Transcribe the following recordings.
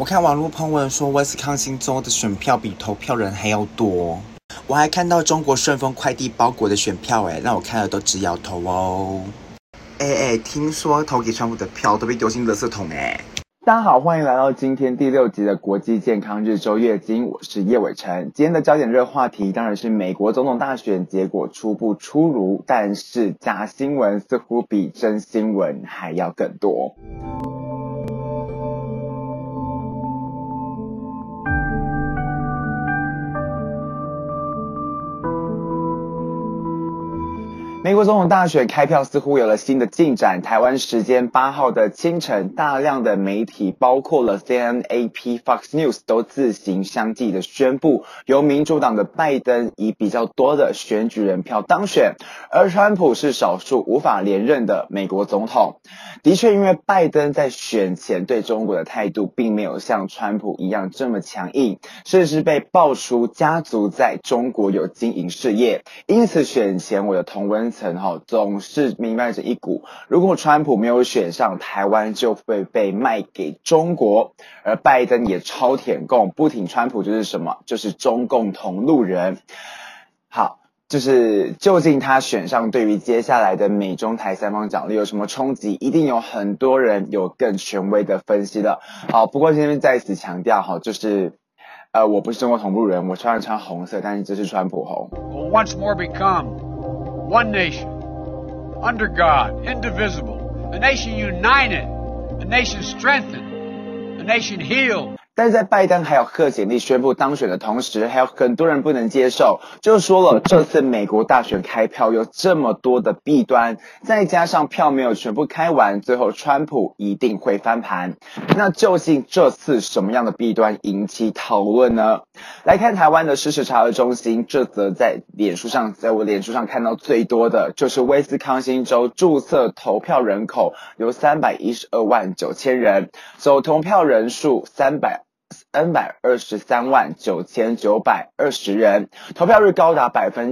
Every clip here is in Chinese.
我看网络喷文说威斯康星州的选票比投票人还要多，我还看到中国顺丰快递包裹的选票，让我看了都直摇头哦。听说投给川普的票都被丢进垃圾桶大家好，欢迎来到今天第6集的国际健康日周月经，我是叶伟成。今天的焦点热话题当然是美国总统大选结果初步出炉，但是假新闻似乎比真新闻还要更多。美国总统大选开票似乎有了新的进展。台湾时间8号的清晨，大量的媒体包括了 CNN、AP、Fox News 都自行相继的宣布，由民主党的拜登以比较多的选举人票当选，而川普是少数无法连任的美国总统。的确，因为拜登在选前对中国的态度并没有像川普一样这么强硬，甚至被爆出家族在中国有经营事业，因此选前我的同温层总是明白着一股，如果川普没有选上，台湾就会被卖给中国，而拜登也超舔共，不挺川普就是什么，就是中共同路人。好，就是究竟他选上对于接下来的美中台三方角力有什么冲击，一定有很多人有更权威的分析了。好，不过今天在此强调就是我不是中国同路人，我虽然穿红色，但是这是川普红。 Will once more become one nation, under God, indivisible, a nation united, a nation strengthened, a nation healed. 但是在拜登还有贺锦丽宣布当选的同时，还有很多人不能接受，就说了这次美国大选开票有这么多的弊端，再加上票没有全部开完，最后川普一定会翻盘。那究竟这次什么样的弊端引起讨论呢？来看台湾的事实查核中心，这则在我脸书上看到最多的就是威斯康星州注册投票人口有312万9千人，总投票人数323万9920人，投票率高达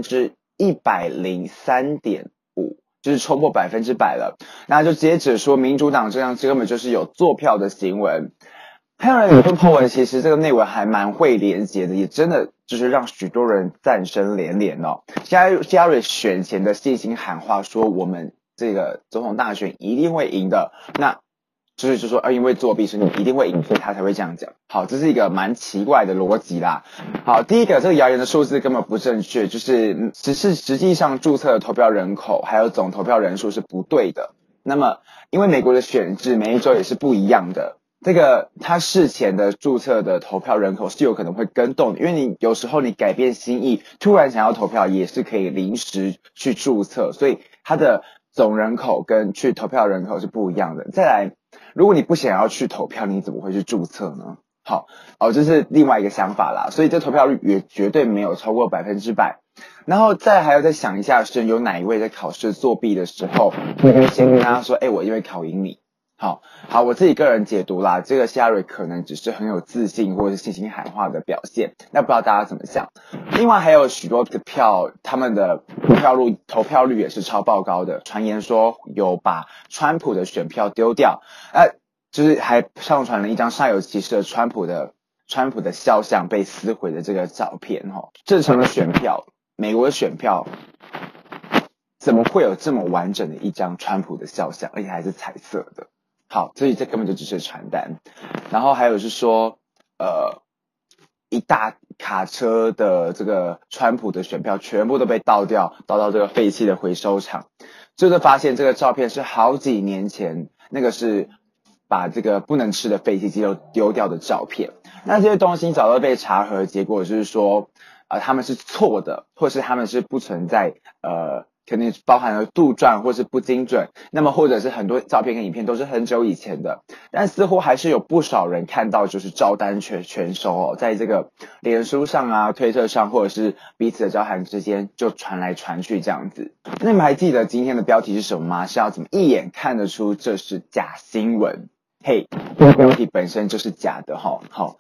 103.5%， 就是冲破 100% 了。那就直接指出民主党这样根本就是有作票的行为。还有人有份 po 文，其实这个内文还蛮会连结的，也真的就是让许多人赞声连连哦。希拉蕊选前的信心喊话说我们这个总统大选一定会赢的，那就说因为作弊所以你一定会赢，所以他才会这样讲。好，这是一个蛮奇怪的逻辑啦。好，第一个，这个谣言的数字根本不正确，就是实际上注册的投票人口还有总投票人数是不对的。那么因为美国的选制每一州也是不一样的，这个他事前的注册的投票人口是有可能会更动的，因为你有时候你改变心意，突然想要投票也是可以临时去注册，所以他的总人口跟去投票人口是不一样的。再来，如果你不想要去投票，你怎么会去注册呢？好，这是另外一个想法啦，所以这投票率也绝对没有超过100%。然后再还要再想一下，是有哪一位在考试作弊的时候，你可以先跟他说，我因为考赢你。好，我自己个人解读啦，这个希拉蕊可能只是很有自信或者是信心喊话的表现，那不知道大家怎么想。另外还有许多的票，他们的投票率也是超爆高的，传言说有把川普的选票丢掉，就是还上传了一张煞有其事的川普的肖像被撕毁的这个照片正常的选票，美国的选票怎么会有这么完整的一张川普的肖像，而且还是彩色的？好，所以这根本就只是传单。然后还有是说一大卡车的这个川普的选票全部都被倒到这个废弃的回收厂，就是发现这个照片是好几年前那个是把这个不能吃的废弃鸡肉丢掉的照片。那这些东西早都被查核，结果就是说他们是错的，或是他们是不存在可能包含了杜撰或是不精准，那么或者是很多照片跟影片都是很久以前的，但似乎还是有不少人看到就是照单全收在这个脸书上推特上或者是彼此的交谈之间就传来传去这样子。那你们还记得今天的标题是什么吗？是要怎么一眼看得出这是假新闻？这个标题本身就是假的好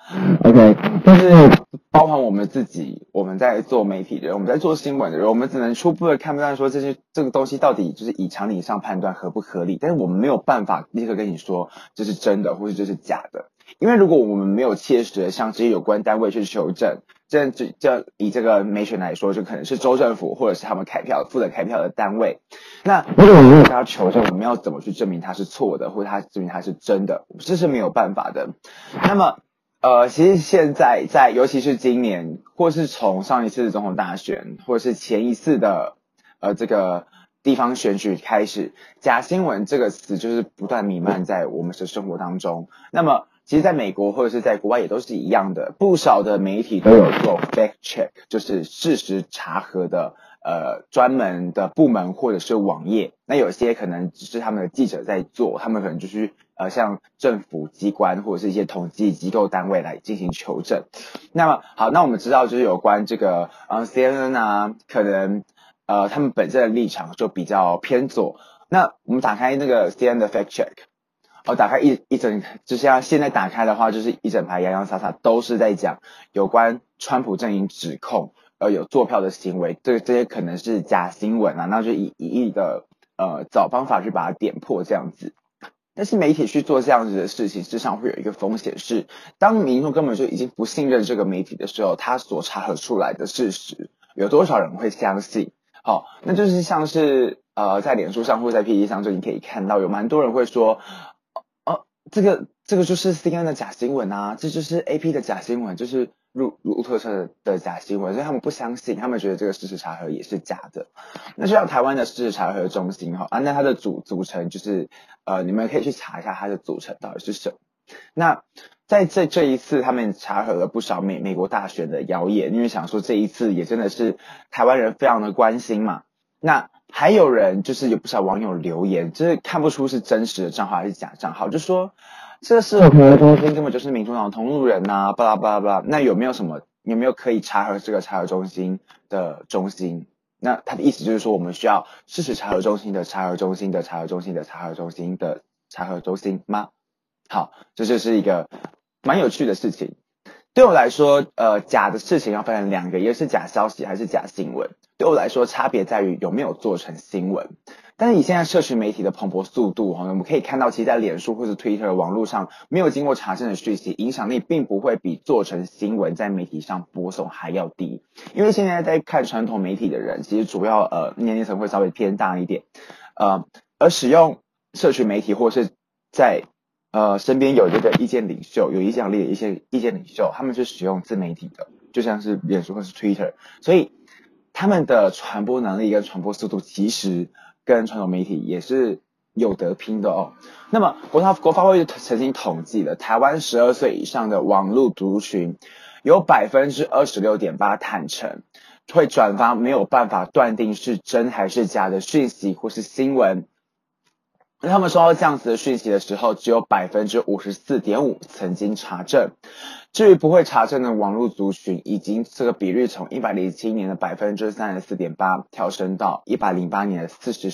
OK， 但是包含我们自己，我们在做媒体的人，我们在做新闻的人，我们只能初步的看断说这个东西到底就是以常理上判断合不合理，但是我们没有办法立刻跟你说这是真的或是这是假的。 因为如果我们没有切实的向这些有关单位去求证，这以这个美选来说，就可能是州政府或者是他们负责开票的单位。那如果我们没有跟他求证，我们要怎么去证明他是错的，或者证明他是真的？这是没有办法的。那么其实现在尤其是今年，或是从上一次的总统大选，或者是前一次的这个地方选举开始，假新闻这个词就是不断弥漫在我们的生活当中。那么其实在美国或者是在国外也都是一样的，不少的媒体都有做 fact check， 就是事实查核的专门的部门或者是网页。那有些可能只是他们的记者在做，他们可能就是像政府机关或者是一些统计机构单位来进行求证。那么好，那我们知道就是有关这个CNN 啊，可能他们本身的立场就比较偏左。那我们打开那个 CNN 的 fact check，打开一整，就像现在打开的话，就是一整排洋洋洒洒都是在讲有关川普阵营指控有作票的行为，这些可能是假新闻啊，那就一一的找方法去把它点破这样子。但是媒体去做这样子的事情，事实上会有一个风险是，当民众根本就已经不信任这个媒体的时候，他所查核出来的事实，有多少人会相信？好，那就是像是在脸书上或者在 PTT 上，就你可以看到有蛮多人会说，这个就是 CNN 的假新闻啊，这就是 AP 的假新闻，就是路透社的假新闻，所以他们不相信，他们觉得这个事实查核也是假的。那就像台湾的事实查核中心那它的组成就是你们可以去查一下它的组成到底是什么。那在这一次他们查核了不少美国大选的谣言，因为想说这一次也真的是台湾人非常的关心嘛。那还有人就是有不少网友留言，就是看不出是真实的账号还是假账号，就说这事核中心根本就是民主党同路人啊，巴拉巴拉巴拉。那有没有可以查核这个查核中心的中心？那他的意思就是说，我们需要事实查核中心的查核中心的查核中心的查核中心的查核中心吗？好，这就是一个蛮有趣的事情。对我来说，假的事情要分成两个，一个是假消息还是假新闻。对我来说，差别在于有没有做成新闻。但是以现在社群媒体的蓬勃速度，我们可以看到，其实在脸书或者 Twitter 网络上，没有经过查证的讯息，影响力并不会比做成新闻在媒体上播送还要低。因为现在在看传统媒体的人，其实主要年龄层会稍微偏大一点，而使用社群媒体或是在身边有这个意见领袖、有影响力的一些意见领袖，他们是使用自媒体的，就像是脸书或是 Twitter， 所以他们的传播能力跟传播速度其实跟传统媒体也是有得拼的哦。那么国发会曾经统计了台湾12岁以上的网络族群，有 26.8% 坦诚会转发没有办法断定是真还是假的讯息或是新闻。他们收到这样子的讯息的时候，只有 54.5% 曾经查证。至于不会查证的网络族群，已经这个比率从107年的 34.8% 跳升到108年的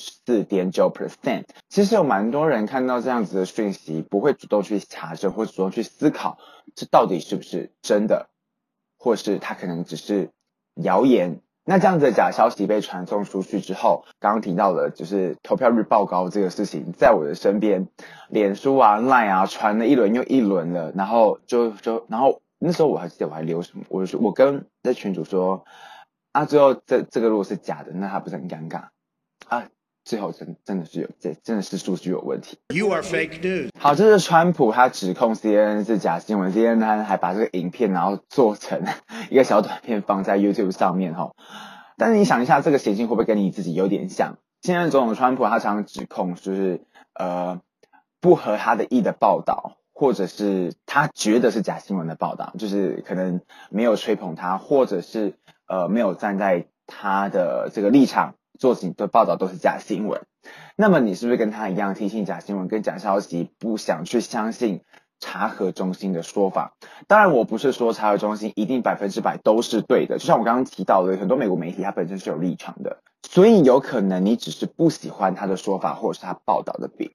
44.9%。其实有蛮多人看到这样子的讯息，不会主动去查证或主动去思考，这到底是不是真的，或是它可能只是谣言。那这样子的假消息被传送出去之后，刚刚提到的就是投票率爆高这个事情，在我的身边，脸书啊、LINE 啊传了一轮又一轮了，然后然后那时候我还记得我还留什么，我跟在群主说最后这个如果是假的，那它不是很尴尬最后真的是数据有问题。 You are fake news. 好，这是川普他指控 CNN 是假新闻 ，CNN 还把这个影片然后做成一个小短片放在 YouTube 上面但是你想一下，这个情形会不会跟你自己有点像？现在总统川普他常指控就是不合他的意的报道，或者是他觉得是假新闻的报道，就是可能没有吹捧他，或者是没有站在他的这个立场做的报道都是假新闻。那么你是不是跟他一样听信假新闻跟假消息，不想去相信查核中心的说法？当然我不是说查核中心一定100%都是对的，就像我刚刚提到的，很多美国媒体它本身是有立场的，所以有可能你只是不喜欢他的说法或者是他报道的比例。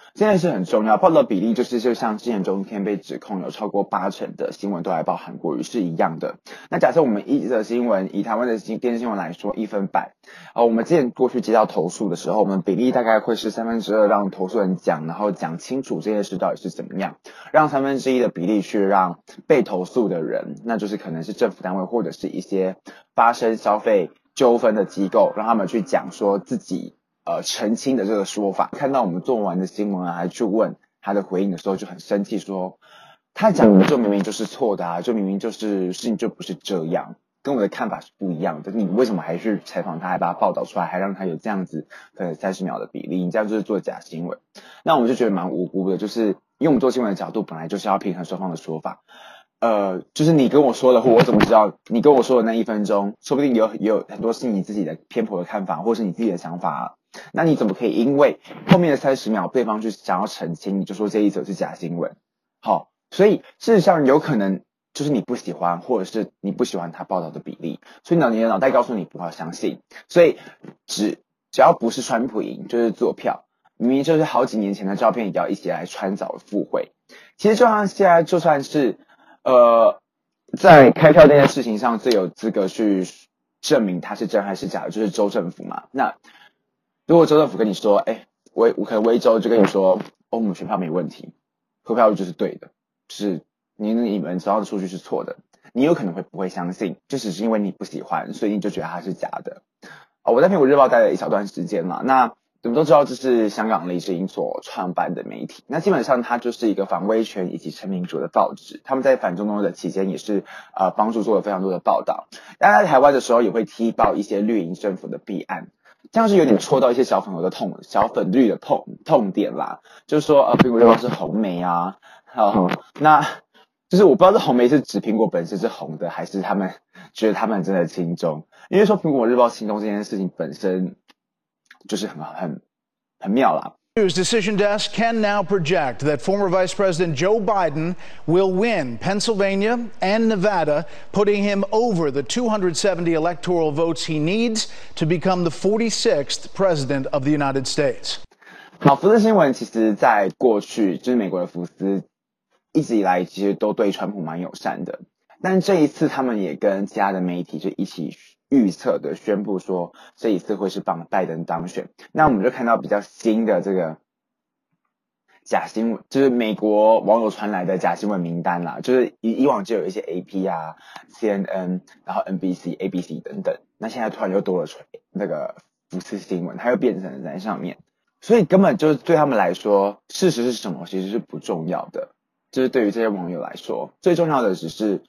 这件事很重要，报道比例就像之前中天被指控有超过80%的新闻都还报韩国语是一样的。那假设我们一则新闻以台湾的电视新闻来说1分100，我们之前过去接到投诉的时候，我们比例大概会是2/3让投诉人讲，然后讲清楚这件事到底是怎么样，让1/3的比例去让被投诉的人，那就是可能是政府单位或者是一些发生消费纠纷的机构，让他们去讲说自己澄清的这个说法。看到我们做完的新闻还去问他的回应的时候就很生气，说他讲的就明明就是错的啊，就明明就是事情就不是这样，跟我的看法是不一样的，你为什么还去采访他，还把他报道出来，还让他有这样子可能30秒的比例，你这样就是做假新闻。那我们就觉得蛮无辜的，就是因为我们做新闻的角度本来就是要平衡双方的说法。就是你跟我说的，我怎么知道你跟我说的那1分钟，说不定有很多是你自己的偏颇的看法，或是你自己的想法啊。那你怎么可以因为后面的30秒对方去想要澄清，你就说这一则是假新闻？好，所以事实上有可能就是你不喜欢，或者是你不喜欢他报道的比例，所以你的脑袋告诉你不要相信。所以只要不是川普赢，就是做票。明明就是好几年前的照片，也要一起来穿凿附会。其实就像现在，就算是在开票这件事情上最有资格去证明它是真还是假的，就是州政府嘛。那如果州政府跟你说，我可能威州就跟你说，我们选票没问题，投票率就是对的，就是你们知道的数据是错的，你有可能不会相信，就只是因为你不喜欢，所以你就觉得它是假的。我在苹果日报待了一小段时间嘛，那我们都知道这是香港黎智英所创办的媒体，那基本上它就是一个反威权以及陈民主的报纸，他们在反中东的期间也是帮助做了非常多的报道。大家在台湾的时候也会踢爆一些绿营政府的弊案，这样是有点戳到一些小粉绿的痛点啦，就是说苹果日报是红媒啊，那就是我不知道这红媒是指苹果本身是红的，还是他们觉得他们真的亲中，因为说苹果日报亲中这件事情本身就是很妙啦。 News Decision Desk can now project that former Vice President Joe Biden will win Pennsylvania and Nevada, putting him over the 270 electoral votes he needs to become the 46th President of the United States. 好，福斯新闻其实在过去就是美国的福斯一直以来其实都对川普蛮友善的，但这一次他们也跟其他的媒体就一起预测的宣布说这一次会是帮拜登当选。那我们就看到比较新的这个假新闻，就是美国网友传来的假新闻名单啦，就是以往就有一些 AP 啊 CNN 然后 NBC ABC 等等，那现在突然又多了那个福斯新闻，它又变成在上面，所以根本就是对他们来说事实是什么其实是不重要的，就是对于这些网友来说最重要的只是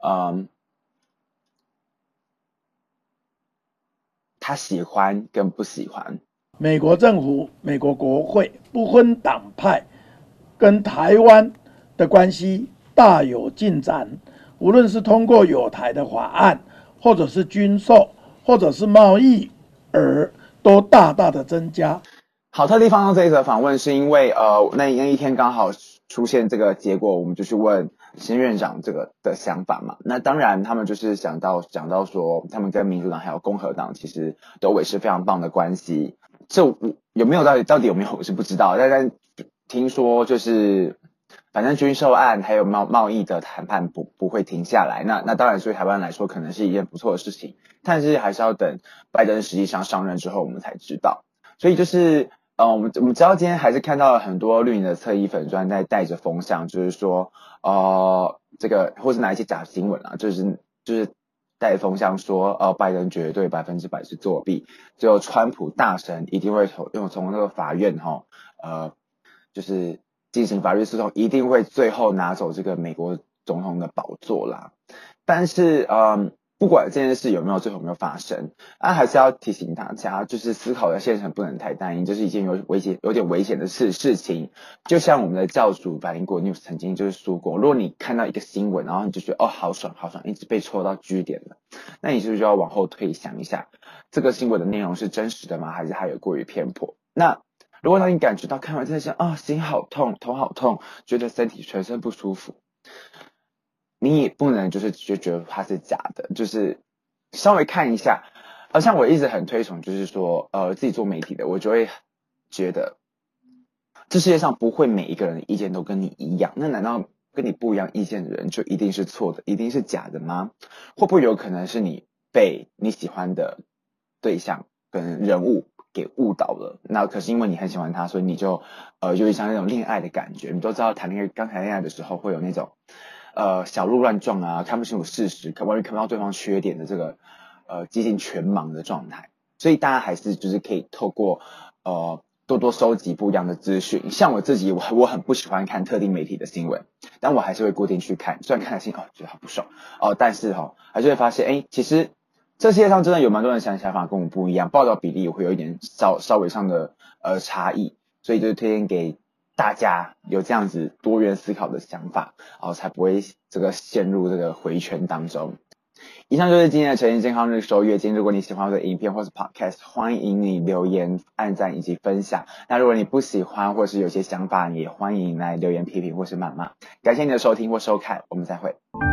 他喜欢跟不喜欢。 美国政府、美国国会不分党派，跟台湾的关系大有进展。无论是通过有台的法案，或者是军售，或者是贸易额，都大大的增加。 好，特地放到这一则访问，是因为那一天刚好出现这个结果，我们就去问新院长这个的想法嘛。那当然他们就是讲到说他们跟民主党还有共和党其实都维持非常棒的关系，这有没有到底有没有我是不知道，但听说就是反正军售案还有贸易的谈判不会停下来，那当然对台湾来说可能是一件不错的事情，但是还是要等拜登实际上上任之后我们才知道。所以就是我们知道今天还是看到了很多绿营的侧翼粉专在带着风向，就是说这个或是哪一些假新闻啊，就是带着风向说拜登绝对100%是作弊，只有川普大神一定会从那个法院就是进行法律诉讼，一定会最后拿走这个美国总统的宝座啦。但是不管这件事最后有没有发生，还是要提醒大家，就是思考的现场不能太单一，这是一件有点危险的事情。就像我们的教主百灵果 news 曾经就是说过，如果你看到一个新闻，然后你就觉得好爽，一直被戳到G点了，那你是不是就要往后退想一下，这个新闻的内容是真实的吗？还是还有过于偏颇？那如果让你感觉到看完在想心好痛，头好痛，觉得身体全身不舒服，你也不能就是觉得它是假的，就是稍微看一下。像我一直很推崇就是说自己做媒体的，我就会觉得这世界上不会每一个人的意见都跟你一样，那难道跟你不一样意见的人就一定是错的，一定是假的吗？会不会有可能是你被你喜欢的对象跟人物给误导了？那可是因为你很喜欢他，所以你就有点像那种恋爱的感觉。你都知道刚谈恋爱的时候会有那种小鹿乱撞啊，看不清楚事实，完全看不到对方缺点的这个接近全盲的状态。所以大家还是就是可以透过多多收集不一样的资讯。像我自己，我很不喜欢看特定媒体的新闻，但我还是会固定去看。虽然看了心觉得好不爽但是还是会发现其实这世界上真的有蛮多人想法跟我们不一样，报道比例也会有一点稍微上的差异，所以就推荐给大家有这样子多元思考的想法，才不会这个陷入这个回圈当中。以上就是今天的晨间健康日收月经。如果你喜欢我的影片或是 podcast， 欢迎你留言、按赞以及分享。那如果你不喜欢或是有些想法，也欢迎来留言批评或是谩骂。感谢你的收听或收看，我们再会。